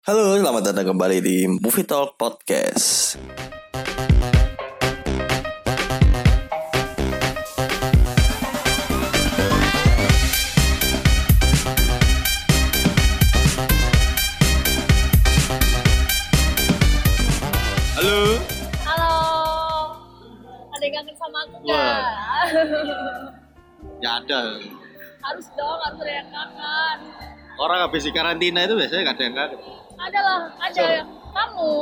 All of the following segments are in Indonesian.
Halo, selamat datang kembali di Movie Talk Podcast. Halo. Halo, ada yang kangen sama aku nggak? Ya ada. Harus dong, harus ada yang kangen. Orang habis di karantina itu biasanya gak ada yang kangen. Ada lah, ada Sorry. yang kamu.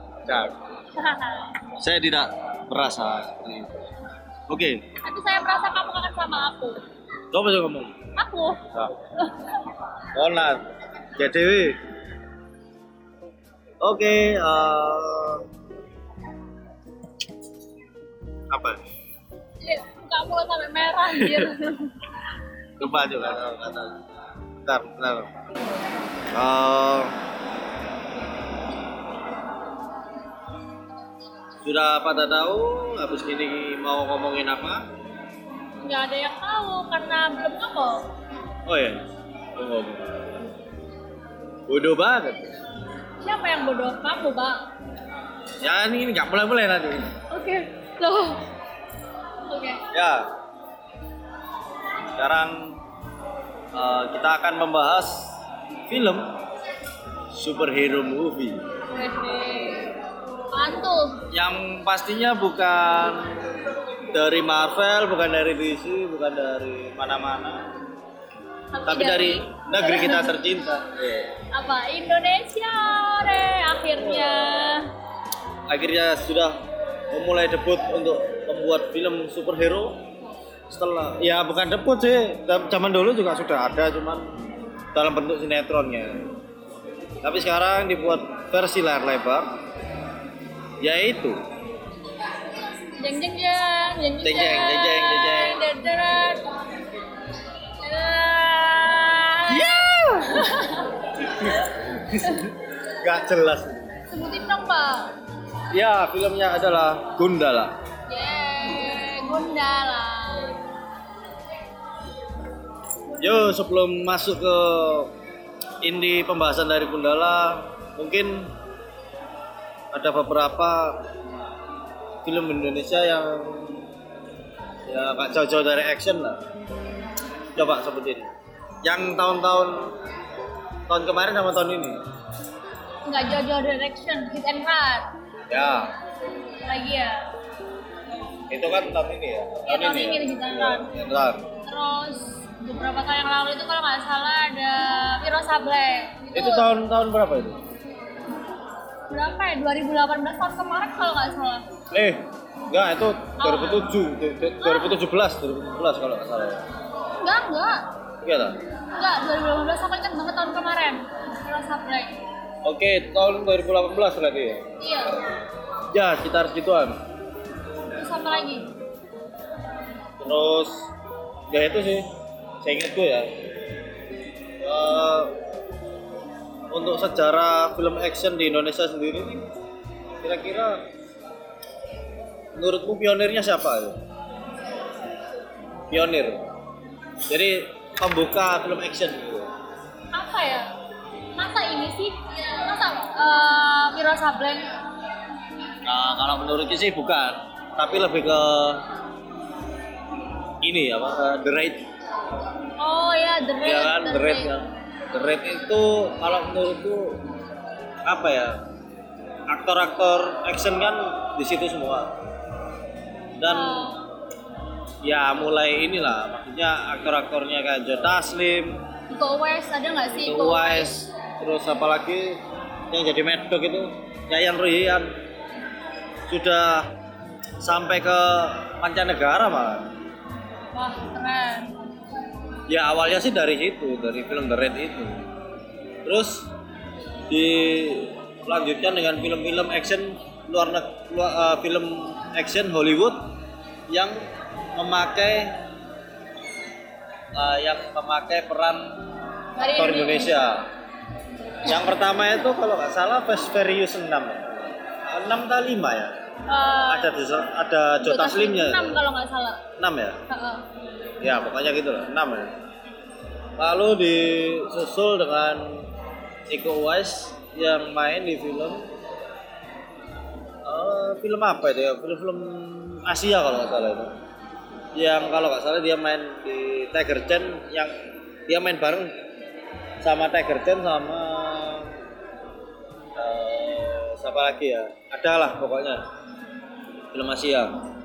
Saya tidak merasa seperti itu. Oke, Tapi saya merasa kamu kangen sama aku. coba saya ngomong. Aku. Online, ya Dewi. Oke, apa? Kamu sampai merah anjir. Coba. Bentar. Sudah pada tahu habis ini mau ngomongin apa? Nggak ada yang tahu karena belum ngomong. Oh ya, ngomong. Bodoh banget. Siapa yang bodoh? Kamu, Bang. Ya ini nggak mulai nanti. Oke. Loh. Oke. Ya. Sekarang kita akan membahas film superhero movie Mantul. yang pastinya bukan dari Marvel, bukan dari DC, bukan dari mana-mana, tapi dari negeri kita tercinta. Apa? Indonesia deh akhirnya. Akhirnya sudah memulai debut untuk membuat film superhero. Setelah ya bukan debut sih, zaman dulu juga sudah ada, cuman dalam bentuk sinetronnya. Tapi sekarang dibuat versi layar lebar, yaitu Jeng jeng jeng jeng Jeng, jeng, jeng, jeng, jeng, jeng. Dadarat. gak jelas. Sebutin dong, Pak. Ya, filmnya adalah Gundala. Yeay, Gundala. Yo, sebelum masuk ke inti pembahasan dari Gundala, mungkin ada beberapa film Indonesia yang ya gak jauh-jauh dari action lah. Coba sebutin. Yang tahun kemarin sama tahun ini. Nggak jauh-jauh direction, hit and run. Ya, Lagi ya. itu kan tahun ini ya. Ya, tahun ini hit and run. Ya. Terus beberapa tahun yang lalu itu kalau nggak salah ada Wiro Sableng. Itu tahun berapa itu? Berapa ya? 2018 tahun kemarin kalau nggak salah. Enggak, itu 2017 kalau nggak salah. Enggak. Iya tak? Enggak, 2018 aku ingat banget tahun kemarin. Wiro Sableng. Oke, tahun 2018 berarti ya? Iya. Ya, sekitar segituan. Terus apa lagi? Terus, ya itu sih, saya ingatku ya. Untuk sejarah film action di Indonesia sendiri nih, kira-kira menurutmu pionirnya siapa itu? Pionir. Jadi pembuka film action gitu. Apa ya? Masa ini sih? Masa Wiro Sableng? Nah, kalau menurutku sih bukan, tapi lebih ke ini apa? The Raid. Oh ya, The Raid. Ya kan, The Raid kan. The Raid itu kalau menurutku apa ya? Aktor-aktor action kan di situ semua. Dan ya mulai inilah, maksudnya aktor-aktornya kayak Joe Taslim, Iko Uwais ada nggak sih? Iko Uwais, terus apalagi yang jadi Mad Dog itu Yayan Ruhian, sudah sampai ke mancanegara malah. Wah, keren. Ya awalnya sih dari situ, dari film The Raid itu. Terus dilanjutkan dengan film-film action film action Hollywood yang memakai peran Dari aktor Indonesia. Yang pertama itu kalau nggak salah Fast Furious 6 ya. 6 atau 5 ya? Ada Joe Taslimnya. 6 kalau nggak salah. 6 ya? Heeh. Ya pokoknya gitu lah, 6 ya. Lalu disusul dengan Iko Uwais yang main di film apa itu ya? Film Asia kalau nggak salah itu. Yang kalau nggak salah dia main di Tiger Chen, yang dia main bareng sama Tiger Chen sama siapa lagi ya? Adalah pokoknya film Asia.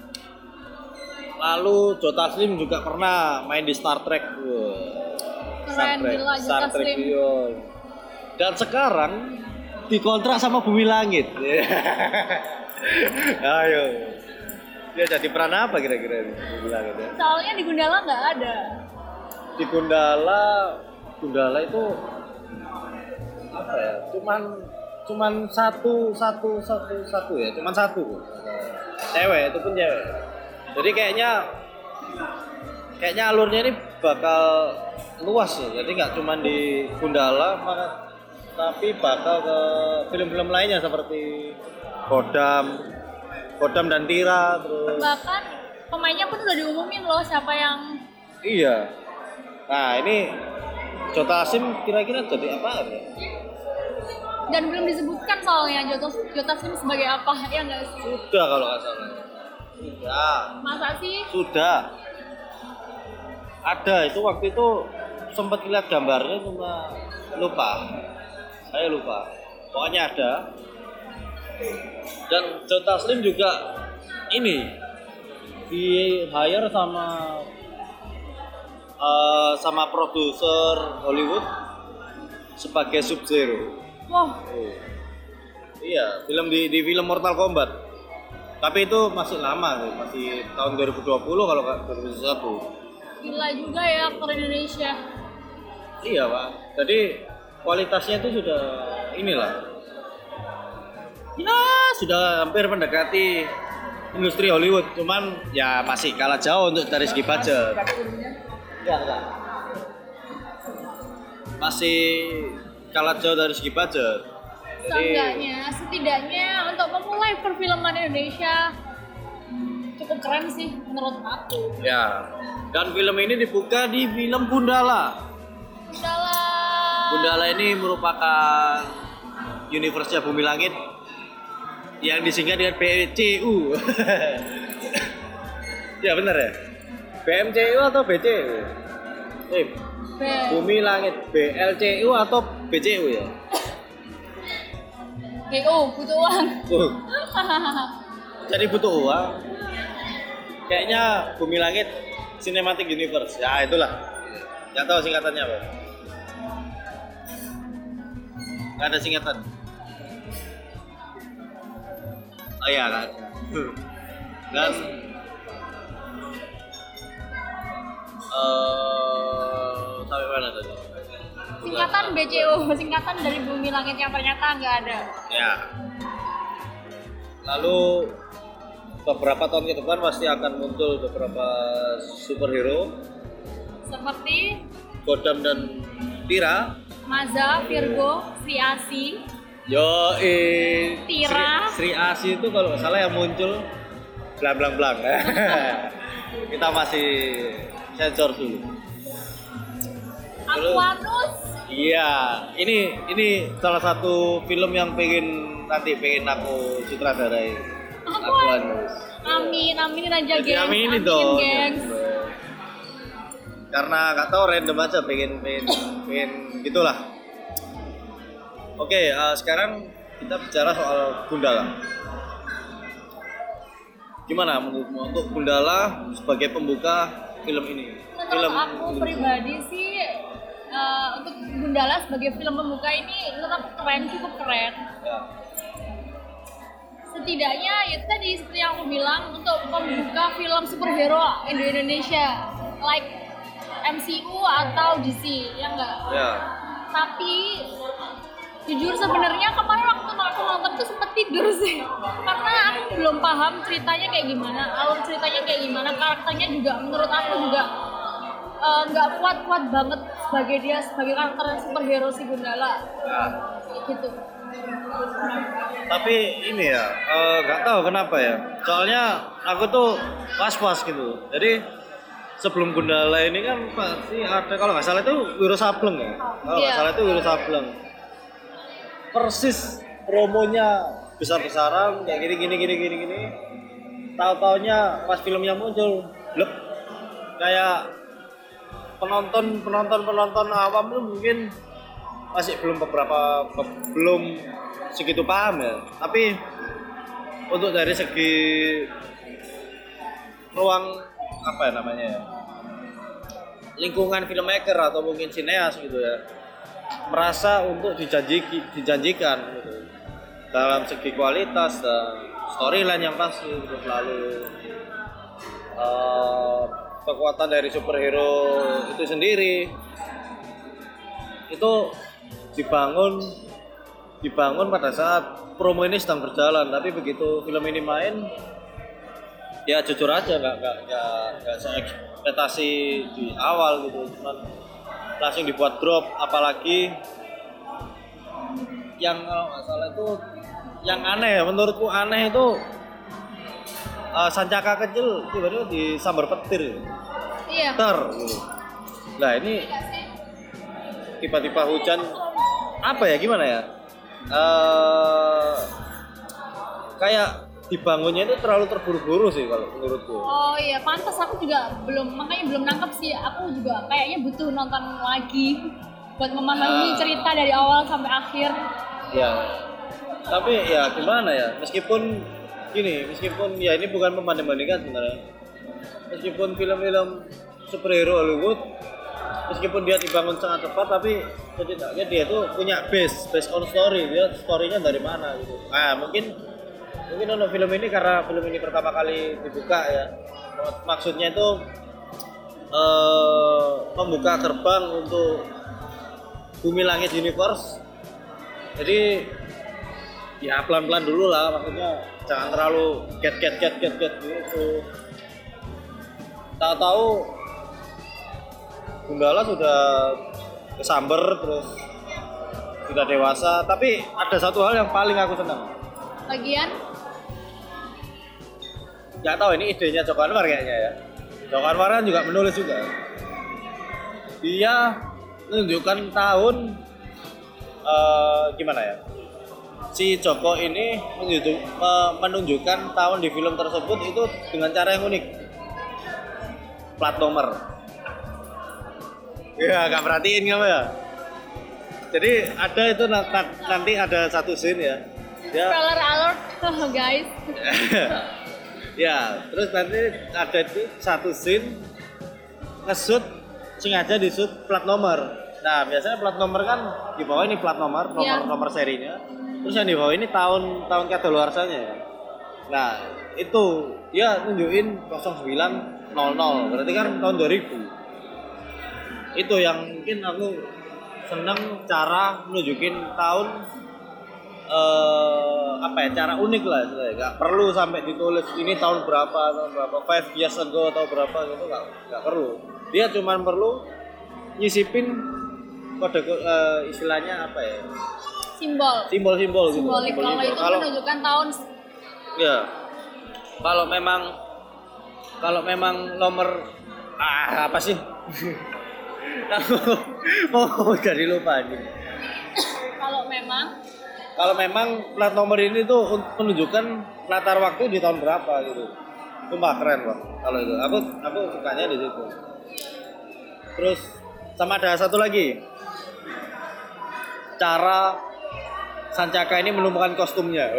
Lalu Joe Taslim juga pernah main di Star Trek. Keren, gila, Joe Star Trek. Taslim. Dan sekarang dikontrak sama Bumi Langit. Ayo. Dia jadi peran apa kira-kira ini? Bumi Langit ya? Soalnya di Gundala nggak ada. Di Gundala itu apa ya? Cuman satu ya, cuman satu. Cewek, itu pun cewek. Jadi kayaknya alurnya ini bakal luas ya. Jadi nggak cuma di Gundala, tapi bakal ke film-film lainnya seperti Kodam dan Tira terus. Bahkan pemainnya pun udah diumumin loh siapa yang. Iya. Nah ini Joe Taslim kira-kira jadi apa ya? Dan belum disebutkan soalnya Joe Taslim sebagai apa, ya nggak sih? Sudah kalau nggak salah. Sudah. Masa sih? Sudah. Ada itu waktu itu sempat lihat gambarnya cuma lupa. Saya lupa. Pokoknya ada. Dan Joe Taslim juga ini di hire sama produser Hollywood sebagai Sub-Zero. Wah. Iya, di film Mortal Kombat. Tapi itu masih lama tuh, masih tahun 2020 kalau nggak 2021. Gila juga ya aktor Indonesia. Iya Pak, jadi kualitasnya itu sudah inilah. Ya sudah hampir mendekati industri Hollywood, cuman ya masih kalah jauh untuk dari segi budget. Enggak. Masih kalah jauh dari segi budget. Setidaknya untuk memulai perfilman Indonesia cukup keren sih menurut aku. Ya, dan film ini dibuka di film Gundala. Gundala ini merupakan universe-nya Bumi Langit yang disingkat dengan BCU. Ya benar ya? BMCU atau BCU? Bumi Langit BLCU atau BCU ya? Butuh uang. Jadi butuh uang. Kayaknya Bumi Langit Cinematic Universe. Ya itulah. Nggak tahu singkatannya apa. Nggak ada singkatan. Oh iya kan. Dan sampai mana tadi? Singkatan BCU, singkatan dari Bumi Langit yang ternyata nggak ada. Ya. Lalu beberapa tahun ke depan pasti akan muncul beberapa superhero seperti Kodam dan Tira, Maza, Virgo, Sri Asi. Tira. Sri Asi itu kalau nggak salah yang muncul blang. Kita masih sensor dulu. Aquanus. Iya, ini salah satu film yang pengen aku sutradarai. Aquanus. Aminin aja, gengs. Aminin dong. Gengs. Karena nggak tahu random aja pengen gitulah. Oke, sekarang kita bicara soal Gundala. Gimana menurutmu untuk Gundala sebagai pembuka film ini? Menurut aku pribadi sih untuk Gundala sebagai film pembuka ini menurut aku cukup keren. Ya. Setidaknya itu tadi seperti yang aku bilang untuk membuka film superhero di Indonesia, like MCU atau DC, ya enggak? Ya. Tapi jujur sebenarnya kemarin waktu aku nonton tuh sempet tidur sih, karena aku belum paham ceritanya kayak gimana, alur ceritanya kayak gimana, karakternya juga menurut aku juga nggak kuat banget sebagai karakter superhero si Gundala. Ya. Gitu. Tapi ini ya, nggak tahu kenapa ya. Soalnya aku tuh was-was gitu. Jadi sebelum Gundala ini kan pasti ada, kalau nggak salah itu Wiro Sableng ya. Kalau nggak salah itu Wiro Sableng. persis promonya besar-besaran kayak gini. Tahu-taunya pas filmnya muncul, blep, kayak penonton awam itu mungkin masih belum segitu paham ya. Tapi untuk dari segi ruang apa ya namanya ya, lingkungan filmmaker atau mungkin sineas gitu ya, merasa untuk dijanjikan gitu dalam segi kualitas dan storyline yang pasti, terus lalu kekuatan dari superhero itu sendiri itu dibangun pada saat promo ini sedang berjalan. Tapi begitu film ini main, ya jujur aja nggak seekspektasi di awal gitu, cuman langsung dibuat drop. Apalagi yang kalau nggak salah itu yang aneh ya, menurutku aneh itu Sancaka kecil tiba-tiba disambar petir. Iya. Gitu. Nah ini tiba-tiba hujan apa ya, gimana ya, kayak dibangunnya itu terlalu terburu-buru sih kalau menurutku. Oh iya, pantas aku juga makanya belum nangkep sih. Aku juga kayaknya butuh nonton lagi buat memahami cerita dari awal sampai akhir. Ya, tapi ya gimana ya, meskipun ya ini bukan membanding-bandingkan sebenarnya. Meskipun film-film superhero Hollywood, meskipun dia dibangun sangat tepat, tapi setidaknya dia tuh punya base on story. Dia story-nya dari mana gitu. Nah, mungkin untuk film ini karena film ini pertama kali dibuka ya. Maksudnya itu membuka gerbang untuk Bumi Langit Universe. Jadi ya pelan-pelan dulu lah, maksudnya jangan terlalu get gitu. Tahu-tahu Gundala sudah kesamber, terus sudah dewasa. Tapi ada satu hal yang paling aku senang. Lagian? Nggak tahu ini idenya Joko Anwar kayaknya ya. Joko Anwar kan juga menulis juga. Dia menunjukkan tahun gimana ya? Si Joko ini menunjukkan tahun di film tersebut itu dengan cara yang unik. Plat nomor. Ya, nggak perhatiin kamu ya. Jadi ada itu nanti ada satu scene ya. Spoiler alert, guys. Ya, terus nanti ada itu satu scene nge-shoot sengaja di-shoot plat nomor. Nah, biasanya plat nomor kan di bawah ini plat nomor serinya. Terus yang di bawah ini tahun kadaluarsanya ya. Nah, itu dia nunjukin 0900, berarti kan tahun 2000. Itu yang mungkin aku seneng cara nunjukin tahun cara unik lah, nggak perlu sampai ditulis ini tahun berapa 5 years ago atau berapa gitu, nggak perlu. Dia cuma perlu nyisipin kode istilahnya apa ya, simbol gitu. Simbolik kalau itu menunjukkan tahun. Ya, kalau memang nomor apa sih? Aku jadi lupa ini. Kalau memang plat nomor ini tuh menunjukkan latar waktu di tahun berapa gitu. Itu mah keren Pak. Kalau itu aku sukanya di situ. Terus sama ada satu lagi. Cara Sancaka ini menemukan kostumnya.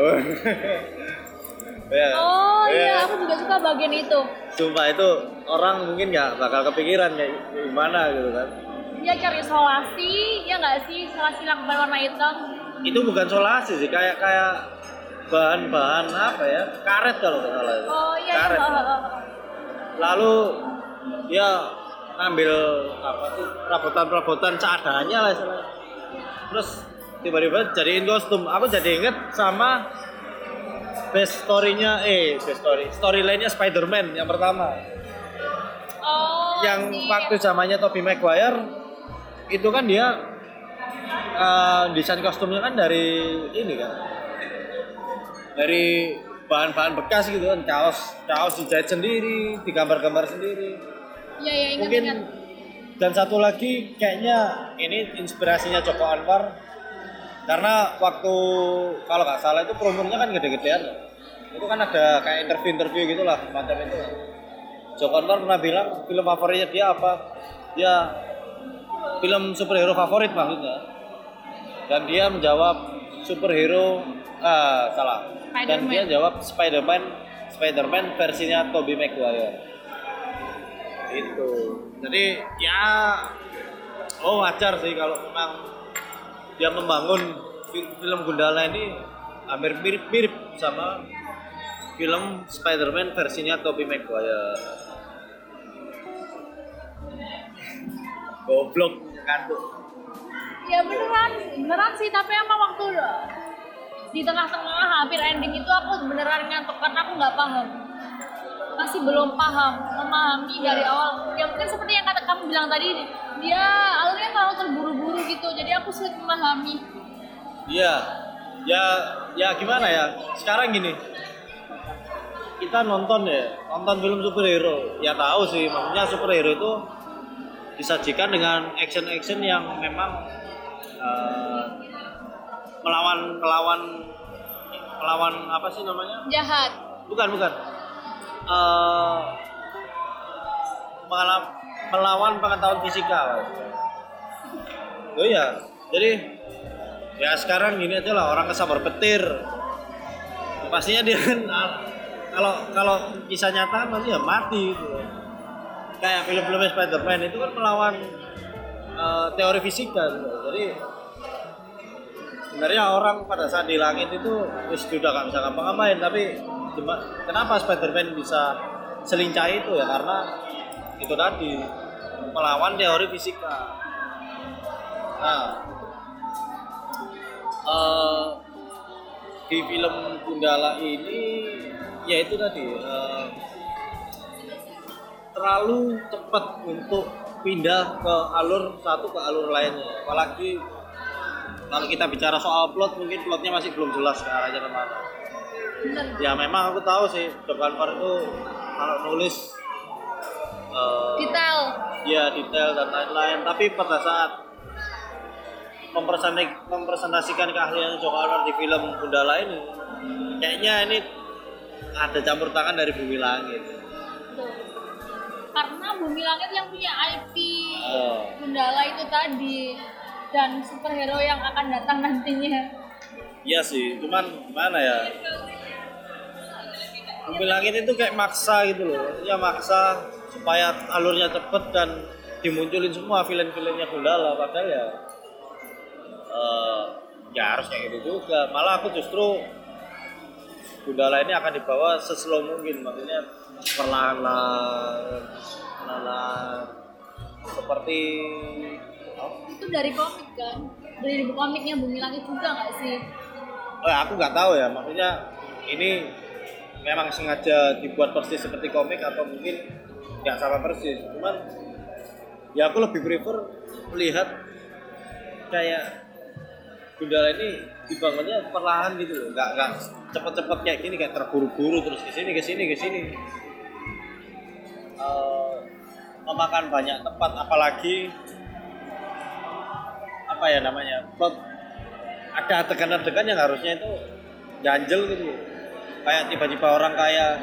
Iya, aku juga suka bagian itu. Sumpah itu orang mungkin nggak bakal kepikiran kayak gimana gitu kan. Dia cari solasi, ya nggak sih, solasi lakban warna hitam. Itu bukan solasi sih, kayak bahan-bahan apa ya, karet kalau nggak salah. Oh iya. Karet. Lalu dia ngambil apa tuh perabotan seadanya lah istilahnya. Terus tiba-tiba jadiin kostum. Aku jadi inget sama storyline-nya Spider-Man yang pertama. Yang waktu zamannya Tobey Maguire itu kan dia desain kostumnya kan dari ini kan, dari bahan-bahan bekas gitu kan, kaos dijahit sendiri, digambar-gambar sendiri. Iya, mungkin dan satu lagi kayaknya ini inspirasinya Joko Anwar Karena waktu kalau nggak salah itu promonya kan gede-gedean. Itu kan ada kayak interview gitulah macam itu. Joko Anwar pernah bilang film favoritnya dia apa? Dia film superhero favorit maksudnya. Dan dia menjawab superhero salah. Dan dia jawab Spider-Man versinya Tobey Maguire. Itu. Jadi ya wajar sih kalau memang dia membangun film Gundala ini hampir mirip-mirip sama film Spider-Man versinya Tobey Maguire. Goblok kantuk. Ya beneran sih, tapi emang waktu di tengah-tengah hampir ending itu aku beneran ngantuk karena aku nggak paham, masih belum memahami dari awal. Ya mungkin seperti yang kata kamu bilang tadi, dia alurnya terlalu terburu-buru gitu, jadi aku sulit memahami. Iya, ya gimana ya? Sekarang gini, kita nonton film superhero, ya tahu sih, maksudnya superhero itu disajikan dengan action yang memang melawan apa sih namanya? Jahat. Bukan. Melawan pengetahuan fisika. Oh iya, jadi ya sekarang gini aja lah, orang kesabar petir. Pastinya dia kan kalau kisah nyata pasti ya mati gitu. Kayak film-film Spider-Man itu kan melawan teori fisika gitu. Jadi sebenarnya orang pada saat di langit itu sudah gak bisa ngapa-ngapain, tapi kenapa Spider-Man bisa selincah itu ya karena itu tadi melawan teori fisika. Nah, di film Gundala ini ya itu tadi terlalu cepat untuk pindah ke alur satu ke alur lainnya. Apalagi kalau kita bicara soal plot, mungkin plotnya masih belum jelas ke arahnya kemana. Ya memang aku tahu sih Joko Anwar itu kalau nulis detail dan lain-lain, tapi pada saat mempresentasikan keahlian Joko Anwar di film Gundala ini, kayaknya ini ada campur tangan dari Bumi Langit. Karena Bumi Langit yang punya IP Gundala itu tadi, dan superhero yang akan datang nantinya. Iya sih, cuman gimana ya? Bumi Langit itu kayak maksa gitu loh, ya maksa supaya alurnya cepet dan dimunculin semua villain-villainnya Gundala, padahal ya harus kayak gitu juga. Malah aku justru Gundala ini akan dibawa seslow mungkin, maksudnya perlahan-lahan seperti itu dari komik kan? Dari buku komiknya Bumi Langit juga nggak sih? Aku nggak tahu ya, maksudnya ini memang sengaja dibuat persis seperti komik atau mungkin nggak sama persis. Cuman ya aku lebih prefer melihat kayak Gundala ini dibangunnya perlahan gitu loh, nggak cepet-cepet kayak gini, kayak terburu-buru terus kesini. Memakan banyak tempat, apalagi apa ya namanya, plot ada adegan-adegan yang harusnya itu ganjel gitu, kayak tiba-tiba orang kaya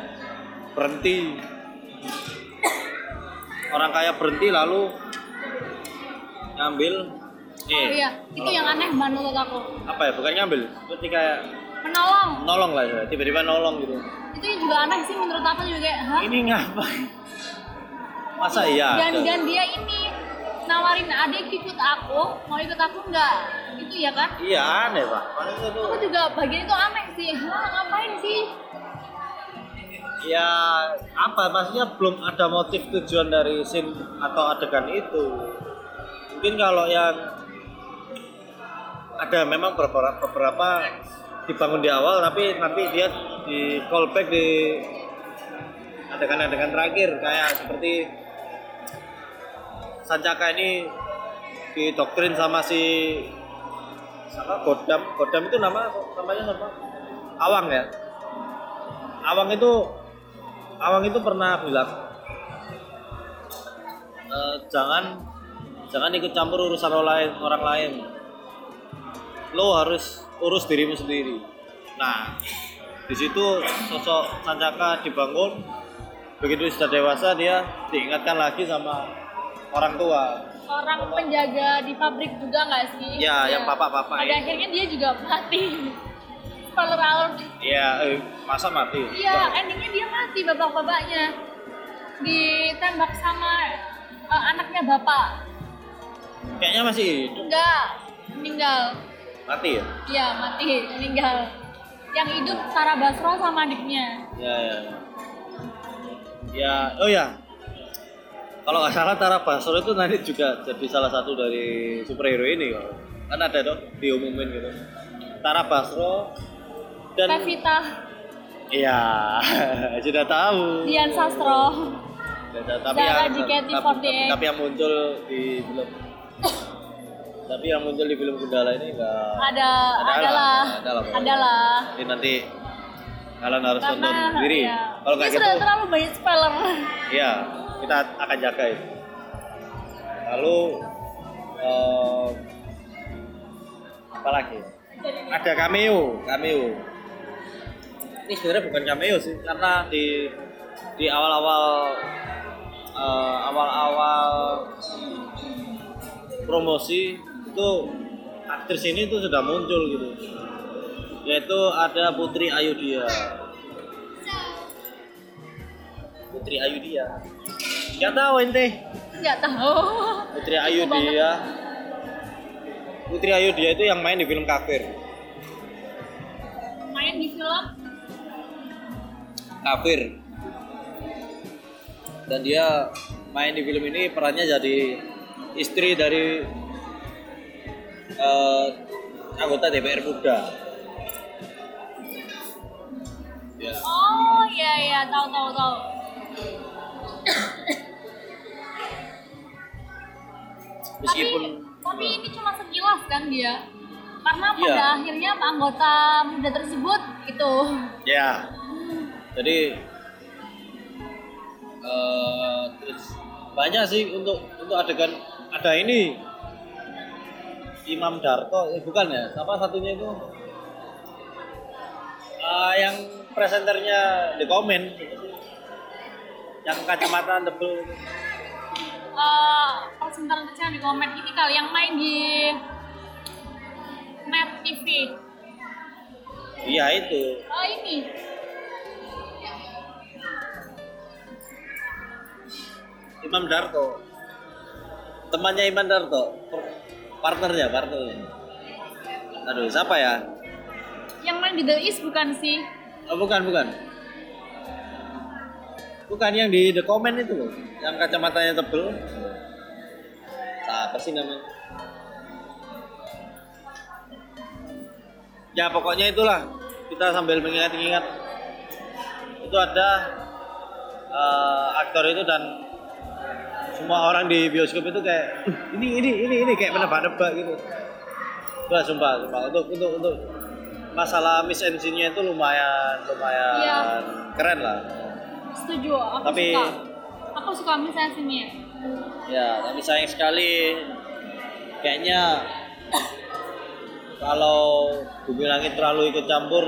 berhenti lalu ngambil itu yang aneh menurut aku. Apa ya, bukan ngambil, seperti kayak menolong lah ya, tiba-tiba nolong gitu. Itu juga aneh sih menurut aku juga, hah? Ini ngapain? Masa iya? Dan dia ini nawarin adik ikut aku, mau ikut aku enggak? Itu ya kan? Iya aneh Pak. Aku juga bagian itu aneh sih. Ngapain sih? Ya apa? Maksudnya belum ada motif tujuan dari scene atau adegan itu. Mungkin kalau yang ada memang beberapa dibangun di awal, tapi nanti dia di callback di adegan-adegan terakhir, kayak seperti Sancaka ini didoktrin sama Godam itu namanya siapa? Awang ya. Awang itu pernah bilang jangan ikut campur urusan orang lain. lo harus urus dirimu sendiri. Nah, di situ sosok Sancaka dibangun. Begitu sudah dewasa dia diingatkan lagi sama orang tua. Orang penjaga di pabrik juga nggak sih? Ya, yang bapak-bapak Pada itu. akhirnya dia juga mati. Spoiler alert. Iya, masa mati? Iya, endingnya dia mati bapak-bapaknya. Ditembak sama anaknya bapak. Kayaknya masih hidup. Enggak, meninggal. Mati ya? Iya, mati, meninggal. Yang hidup Tara Basro sama adiknya. Ya, ya. Ya, oh ya. Kalau nggak salah Tara Basro itu nanti juga jadi salah satu dari superhero ini kok. Kan ada dong diumumin gitu. Tara Basro dan Pevita, iya, sudah tahu. Dian Sastro, Tapi Zara yang JKT48. tapi yang muncul di film Gundala ini enggak adalah. Jadi nanti kalian harus nonton sendiri. Ya, Kalau ini nggak sudah gitu, terlalu banyak spoiler. iya, kita akan jaga itu. Lalu apa lagi? Ada cameo. Ini sebenarnya bukan cameo sih, karena di awal-awal promosi itu aktris ini tuh sudah muncul gitu. Yaitu ada Putri Ayudhya. Nggak tahu ente? Nggak tahu. Putri Ayudhya itu yang main di film Kafir. Main di film Kafir. Dan dia main di film ini perannya jadi istri dari anggota DPR muda. Ya. Oh iya tahu. Meskipun tapi ini cuma sekilas kan dia, karena pada Iya. akhirnya anggota muda tersebut itu ya. Jadi terus banyak sih untuk adegan ada ini Imam Darto, bukan ya? Siapa satunya itu? Yang presenternya di komen, yang kacamata tebel. sebentar kecil di komen ini kali yang main di Net TV. Iya itu. Oh ini. Imam Darto. Temannya Imam Darto. Partnernya. Aduh, siapa ya? Yang main di The Is bukan sih? Oh, bukan. Bukan yang di The Comment itu loh, yang kacamatanya tebel. Apa sih namanya? Ya pokoknya itulah. Kita sambil mengingat-ingat. Itu ada aktor itu dan semua orang di bioskop itu kayak ini kayak menebak-nebak gitu. Wah, sumpah. Untuk masalah Miss MC-nya itu lumayan Iya. keren lah. Setuju, aku suka misalnya sini. Ya, tapi sayang sekali kayaknya kalau Bumi Langit terlalu ikut campur,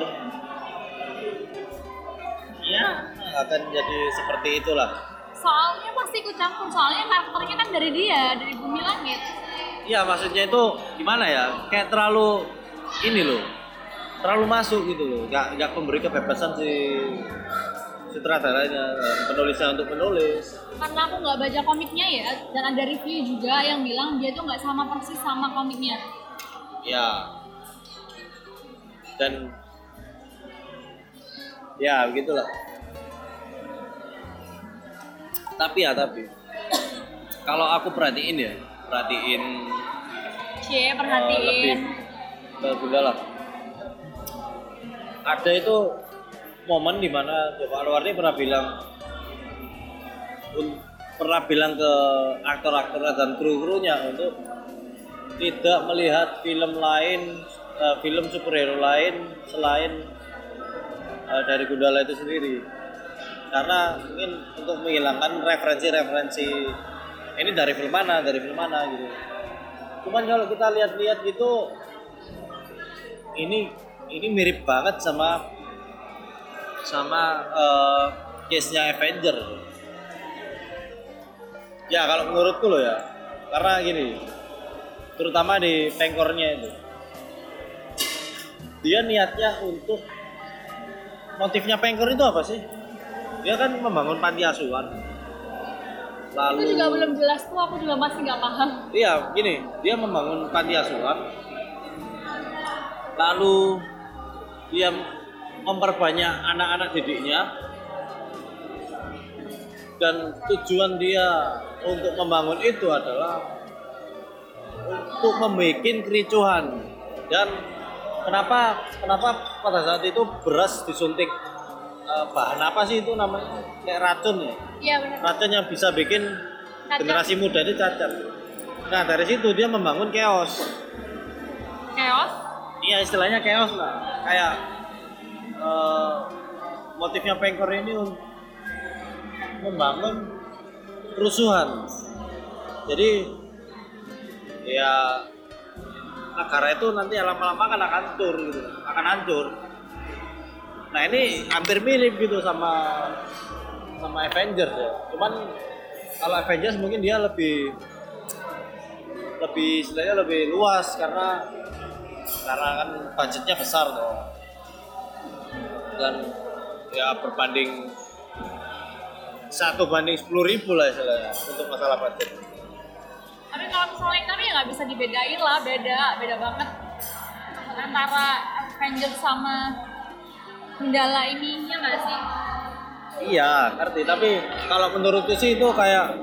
ya akan jadi seperti itulah. Soalnya pasti ikut campur, soalnya karakternya kan dari Bumi Langit. Iya, maksudnya itu gimana ya? Kayak terlalu ini loh, terlalu masuk gitu loh. Nggak memberi kebebasan si sutradaranya, penulisnya untuk menulis. Karena aku nggak baca komiknya ya, dan ada review juga yang bilang dia tuh nggak sama persis sama komiknya. Ya. Dan ya begitulah. Tapi kalau aku perhatiin Perhatiin. Lebih lah. Ada itu momen di mana Joko Anwar ini pernah bilang ke aktor-aktor dan kru-krunya untuk tidak melihat film superhero lain selain dari Gundala itu sendiri, karena mungkin untuk menghilangkan referensi ini dari film mana gitu. Cuman kalau kita lihat gitu ini mirip banget sama case-nya Avenger. Ya kalau menurutku loh ya, karena gini, terutama di pengkornya itu, dia niatnya untuk motifnya pengkor itu apa sih? Dia kan membangun panti asuhan. Lalu Itu juga belum jelas tuh, aku juga masih nggak paham. iya, gini, dia membangun panti asuhan. Lalu dia memperbanyak anak-anak didiknya. Dan tujuan dia untuk membangun itu adalah untuk membuat kericuhan. Dan kenapa pada saat itu beras disuntik bahan apa sih itu namanya? Kayak racun ya? Iya benar. Racun yang bisa bikin Cacat. generasi muda ini cacat. Nah dari situ dia membangun chaos. Chaos. Iya istilahnya chaos lah. Kayak motifnya pengkor ini membangun kerusuhan. Jadi ya negara itu nanti lama-lama akan hancur gitu, akan hancur. Nah ini hampir mirip gitu sama Avengers ya. Cuman kalau Avengers mungkin dia lebih istilahnya lebih luas karena kan budgetnya besar tuh. Dan ya berbanding 1:10.000 lah istilahnya untuk masalah budget. Tapi kalau misalnya kami ya nggak bisa dibedain lah, beda banget antara Avengers sama Gundala ini, ya nggak sih? Iya, ngerti. Tapi kalau menurutku sih itu kayak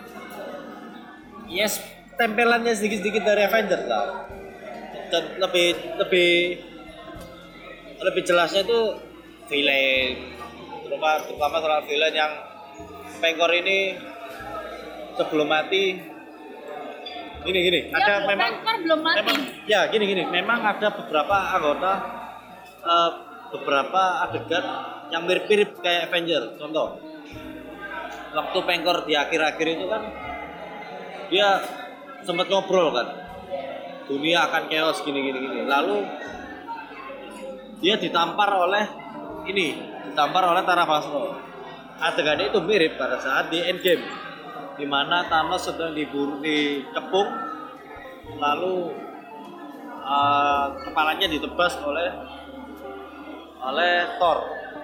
yes, tempelannya sedikit-sedikit dari Avengers lah. Dan lebih jelasnya itu villain, terutama soal villain yang pengkor ini sebelum mati. Gini, Ya, ada memang Pengkor belum mati. Memang ada beberapa anggota beberapa adegan yang mirip-mirip kayak Avenger. Contoh, waktu pengkor di akhir-akhir itu kan dia sempat ngobrol kan, dunia akan chaos gini. Lalu dia ditampar oleh Tara Basro. Adegannya itu mirip pada saat di Endgame, di mana Thanos sedang dikepung, lalu kepalanya ditebas oleh Thor.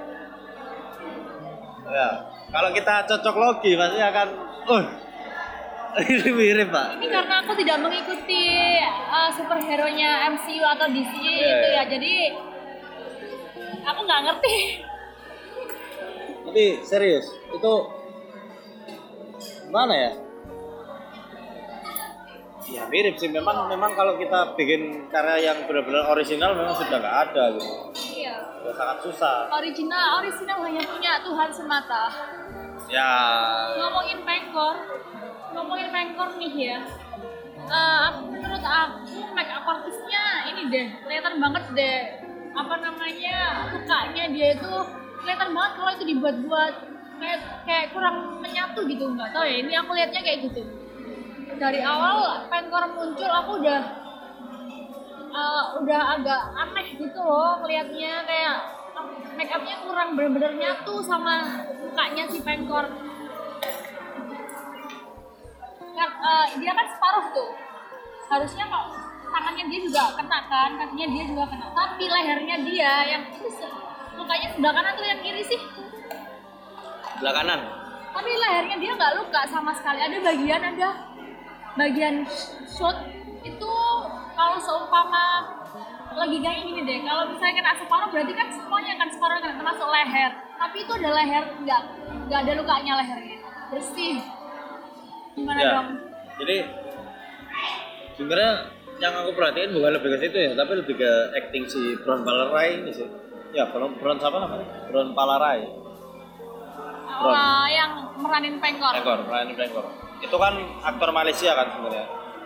Ya, kalau kita cocok logi pasti akan, ini mirip Pak. Ini karena aku tidak mengikuti superhero-nya MCU atau DC itu ya, jadi aku nggak ngerti. Tapi serius, itu mana ya? Ya mirip sih, memang kalau kita bikin karya yang benar-benar original memang sudah nggak ada gitu. Iya. Ya, sangat susah. Original hanya punya Tuhan semata. Ya. Ngomongin pengkor nih ya. Menurut aku make up artisnya ini deh, kelihatan banget deh. Mukanya dia itu kelihatan banget kalau itu dibuat-buat kayak kurang menyatu gitu, nggak tahu ya. Ini aku lihatnya kayak gitu. Dari awal pengkor muncul aku udah agak aneh gitu loh ngelihatnya, kayak make upnya kurang bener-bener nyatu sama mukanya si pengkor. Dia kan separuh tuh, harusnya kok tangannya dia juga kena kan, kakinya dia juga kena, tapi lehernya dia yang itu mukanya sebelah kanan tuh yang kiri sih, Sebelah kanan. tapi lehernya dia nggak luka sama sekali. Ada bagian shot itu kalau seumpama lagi kayak gini deh, kalau misalnya kena separuh berarti kan semuanya kan separuh kena, termasuk leher, tapi itu ada leher nggak ada lukanya, lehernya bersih. Gimana Ya. dong? Jadi sebenarnya yang aku perhatiin bukan lebih ke situ ya, tapi lebih ke acting si Bron Palarai ini sih. Ya, Bron siapa namanya? Bron Palarai. Yang meranin pengkor. Pengkor. Itu kan aktor Malaysia kan sebenarnya.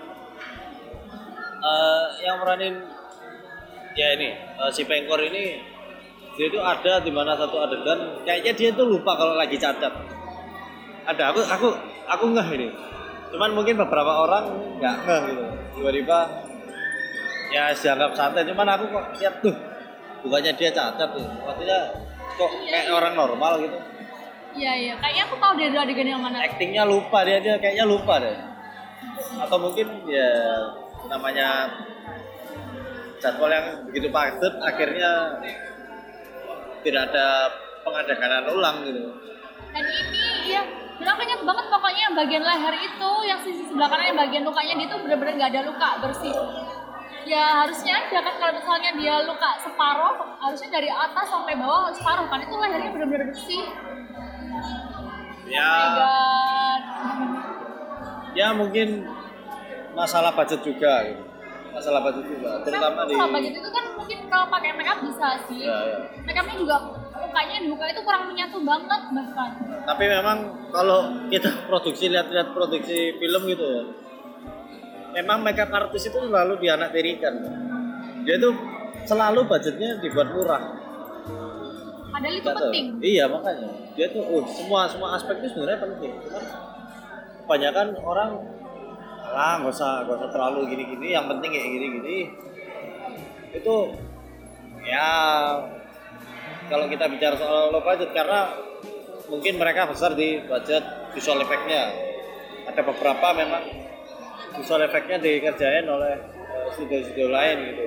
Yang meranin ya ini si pengkor ini, dia itu ada di mana satu adegan kayaknya dia tuh lupa kalau lagi cacat. Ada aku ngeh ini. Cuman mungkin beberapa orang nggak ngeh gitu. Tiba-tiba ya dianggap santai, cuman aku kok lihat tuh bukannya dia cacat tuh, maksudnya kok kayak orang normal gitu. Iya, kayaknya aku tahu dari adegan yang mana. Aktingnya lupa dia kayaknya lupa deh. Atau mungkin ya namanya jadwal yang begitu padat akhirnya tidak ada pengadakan ulang gitu. Dan ini ya benar banyak banget pokoknya yang bagian leher itu, yang sisi sebelah kanan yang bagian lukanya dia tuh benar-benar nggak ada luka, bersih. Ya harusnya aja kan kalau misalnya dia luka separuh, harusnya dari atas sampai bawah separuh kan, itu lehernya benar-benar bersih. Ya. Oh my God. Ya mungkin masalah budget juga gitu. Masalah budget juga, terutama di masalah budget itu kan mungkin kalau pakai make up bisa sih. Ya. Make upnya juga mukanya di muka itu kurang menyatu banget bahkan. Tapi memang kalau kita lihat produksi film gitu ya, memang makeup artist itu selalu dianaktirikan. Dia tuh selalu budgetnya dibuat murah. Padahal itu penting. Iya makanya dia tuh semua aspek itu sebenarnya penting. Cuman kebanyakan orang nggak usah terlalu gini-gini, yang penting kayak gini-gini. Itu ya kalau kita bicara soal low budget, karena mungkin mereka besar di budget visual effect-nya. Ada beberapa memang visual effect-nya dikerjain oleh studio-studio lain gitu.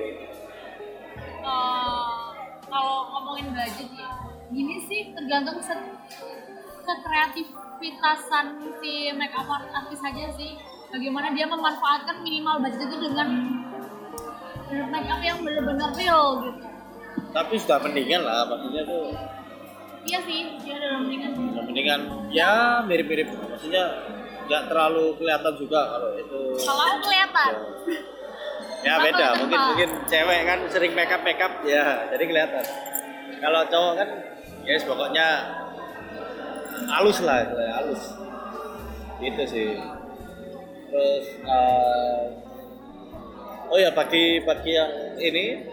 Kalau ngomongin budget ya, gini sih tergantung kreativitasan si make up artist aja sih. Bagaimana dia memanfaatkan minimal budget itu dengan make up yang benar-benar real gitu. Tapi sudah mendingan lah, maksudnya tuh. Iya sih, dia udah mendingan. Mendingan ya mirip-mirip, maksudnya nggak terlalu kelihatan juga kalau itu. Kalau aku kelihatan. Ya beda, mungkin cewek kan sering make up ya, jadi kelihatan. Kalau cowok kan ya pokoknya halus lah, halus. Gitu sih. Terus oh ya bagi yang ini,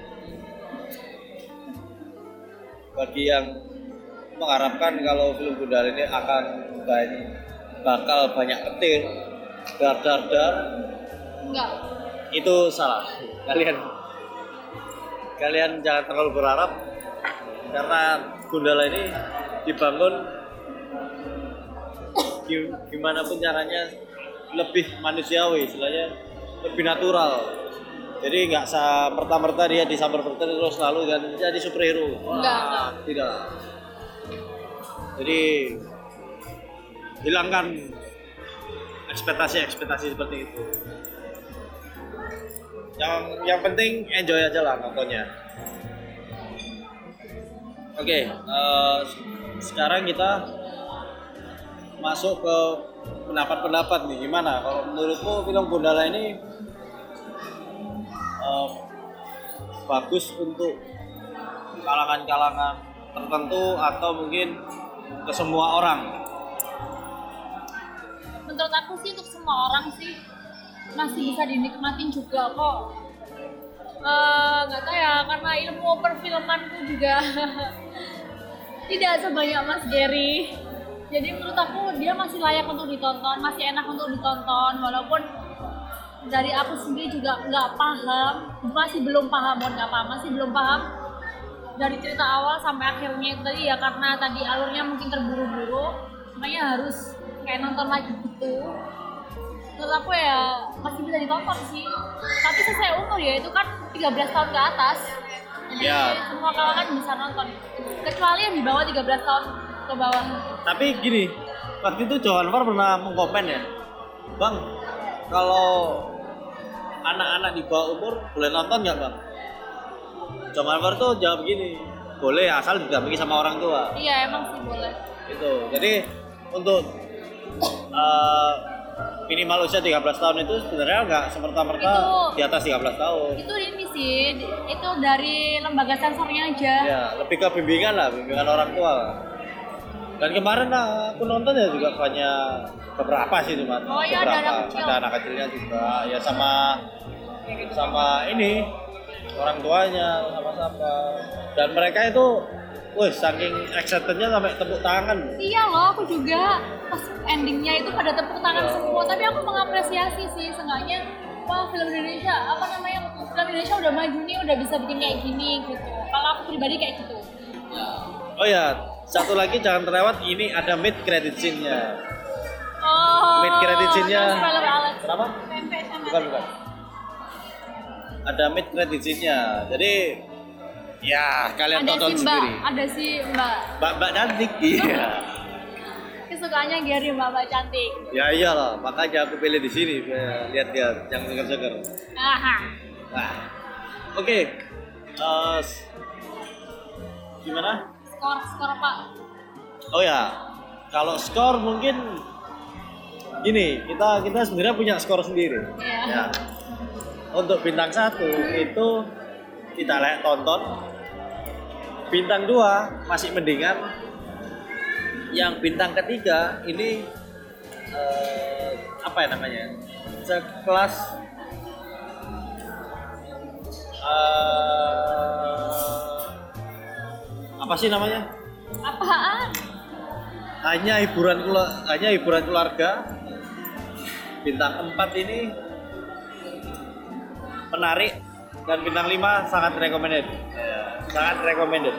bagi yang mengharapkan kalau film Gundala ini akan bakal banyak petir, dar, enggak, itu salah. Kalian jangan terlalu berharap, karena Gundala ini dibangun gimana pun caranya lebih manusiawi, istilahnya lebih natural. Jadi nggak merta-merta dia disambar petir terus lalu dan jadi superhero. Enggak. Tidak. Jadi hilangkan ekspektasi seperti itu. Yang penting enjoy aja lah nontonnya. Oke, sekarang kita masuk ke pendapat nih, gimana kalau menurutmu film Gundala ini bagus untuk kalangan-kalangan tertentu atau mungkin ke semua orang? Menurut aku sih untuk semua orang sih masih bisa dinikmatin juga kok. Nggak tahu ya, karena ilmu perfilmanku juga tidak sebanyak Mas Gary. Jadi menurut aku dia masih layak untuk ditonton, masih enak untuk ditonton, walaupun dari aku sendiri juga masih belum paham dari cerita awal sampai akhirnya itu tadi ya, karena tadi alurnya mungkin terburu-buru, makanya harus kayak nonton lagi gitu. Menurut aku ya masih bisa ditonton sih, tapi sesuai umur ya, itu kan 13 tahun ke atas, jadi semua kalangan bisa nonton, kecuali yang di bawah 13 tahun ke bawah. Tapi gini, waktu itu Johan Anwar pernah mengkomen ya, Bang, kalau anak-anak di bawah umur boleh nonton nggak Bang? Johan Anwar tuh jawab begini, boleh asal didampingi sama orang tua. Iya emang sih boleh. Itu, jadi untuk minimal usia 13 tahun itu sebenarnya nggak semerta-merta di atas 13 tahun. Itu ini sih, itu dari lembaga sensornya aja. Ya, lebih ke bimbingan orang tua. Dan kemarin aku nonton ya juga banyak beberapa sih cuma beberapa. Ada anak kecilnya juga, ya sama ini orang tuanya sama-sama. Dan mereka itu saking excitednya sampai tepuk tangan. Iya loh, aku juga pas endingnya itu pada tepuk tangan semua. Tapi aku mengapresiasi sih, seenggaknya wah film Indonesia apa namanya, film Indonesia udah maju nih, udah bisa bikin kayak gini gitu. Kalau aku pribadi kayak gitu. Oh ya, satu lagi jangan terlewat, ini ada mid credit scene-nya. Oh, Mid credit scene-nya. spoiler alert. Kenapa? Bukan. Ada mid credit scene-nya. Jadi ya kalian Ada tonton si Mbak, sendiri. ada si Mbak. Mbak cantik. Iya. Kesukaannya Gary Mbak cantik. Ya iyalah, makanya aku pilih di sini biar lihat-lihat yang seger-seger. Aha. Nah. Oke. Gimana? Skor Pak. Oh ya, kalau skor mungkin gini, kita sebenarnya punya skor sendiri. Iya. Ya. Untuk bintang 1 itu kita layak tonton. Bintang 2 masih mendingan. Yang bintang 3 ini apa ya namanya? Sekelas apa sih namanya? Apaan? Hanya hiburan keluarga. Bintang 4 ini menarik dan bintang 5 sangat recommended. Sangat recommended.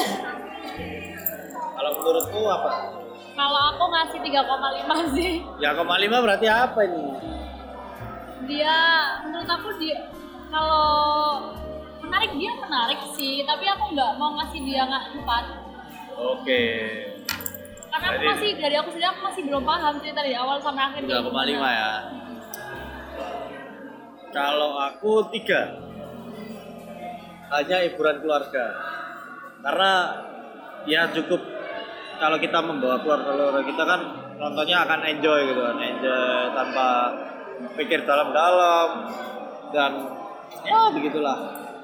Kalau menurutku apa? Kalau aku ngasih 3,5 sih. 3,5 berarti apa ini? Dia menurut aku dia kalau menarik, dia menarik sih, tapi aku nggak mau ngasih dia 4. Oke. Karena aku masih, dari aku sendiri aku masih belum paham cerita dari awal sampai akhir. 3,5 ya. Kalau aku 3. Hanya hiburan keluarga. Karena ya cukup kalau kita membawa keluarga kita kan nontonnya akan enjoy gitu kan, enjoy tanpa pikir dalam-dalam dan ya begitulah.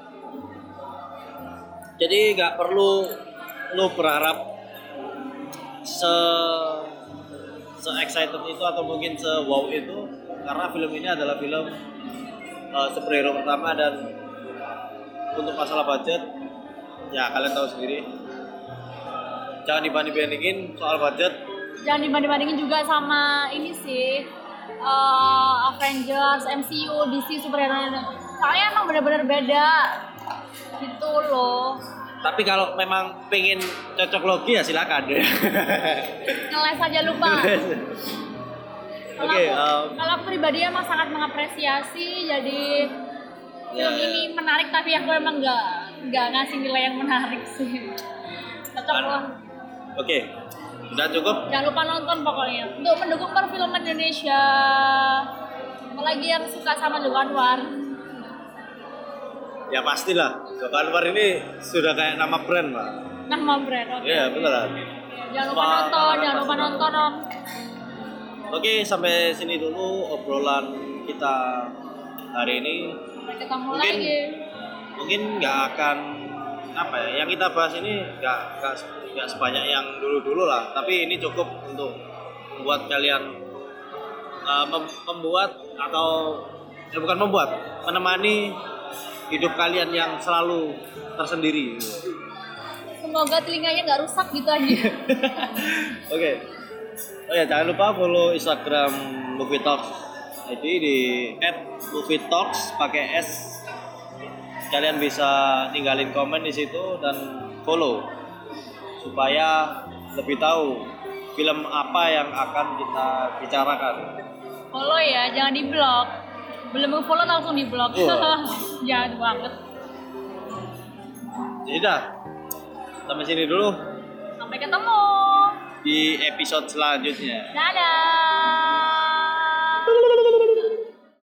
Jadi nggak perlu lu berharap se excited itu atau mungkin se wow itu, karena film ini adalah film superhero pertama, dan untuk masalah budget ya kalian tahu sendiri, jangan dibanding-bandingin soal budget. Jangan dibanding-bandingin juga sama ini sih, Avengers, MCU, DC, superhero. Soalnya emang benar-benar beda gitu loh. Tapi kalau memang pengen cocok logi ya silakan deh. Ngeles aja lupa. Oke, kalau aku pribadi emang sangat mengapresiasi, jadi film ini menarik, tapi aku emang nggak ngasih nilai yang menarik sih. Cocok loh. Oke, udah cukup. Jangan lupa nonton pokoknya untuk mendukung perfilman Indonesia. Apalagi yang suka sama Joko Anwar. Ya pastilah, Joko Anwar ini sudah kayak nama brand, Pak. Nama brand, oke. Iya, beneran. Jangan lupa nonton. Oke, sampai sini dulu obrolan kita hari ini. Sampai ketemu lagi. Mungkin nggak akan apa ya, yang kita bahas ini nggak sebanyak yang dulu lah, tapi ini cukup untuk membuat kalian menemani hidup kalian yang selalu tersendiri. Semoga telinganya nggak rusak gitu aja. Oke. Oh ya, jangan lupa follow Instagram Movie Talks ID di @movietalks pakai S. Kalian bisa tinggalin komen di situ dan follow supaya lebih tahu film apa yang akan kita bicarakan. Follow ya, jangan di blog. Belum follow langsung di blog. Jangan banget. Jadi dah, sampai sini dulu. Sampai ketemu Di episode selanjutnya. Dadah.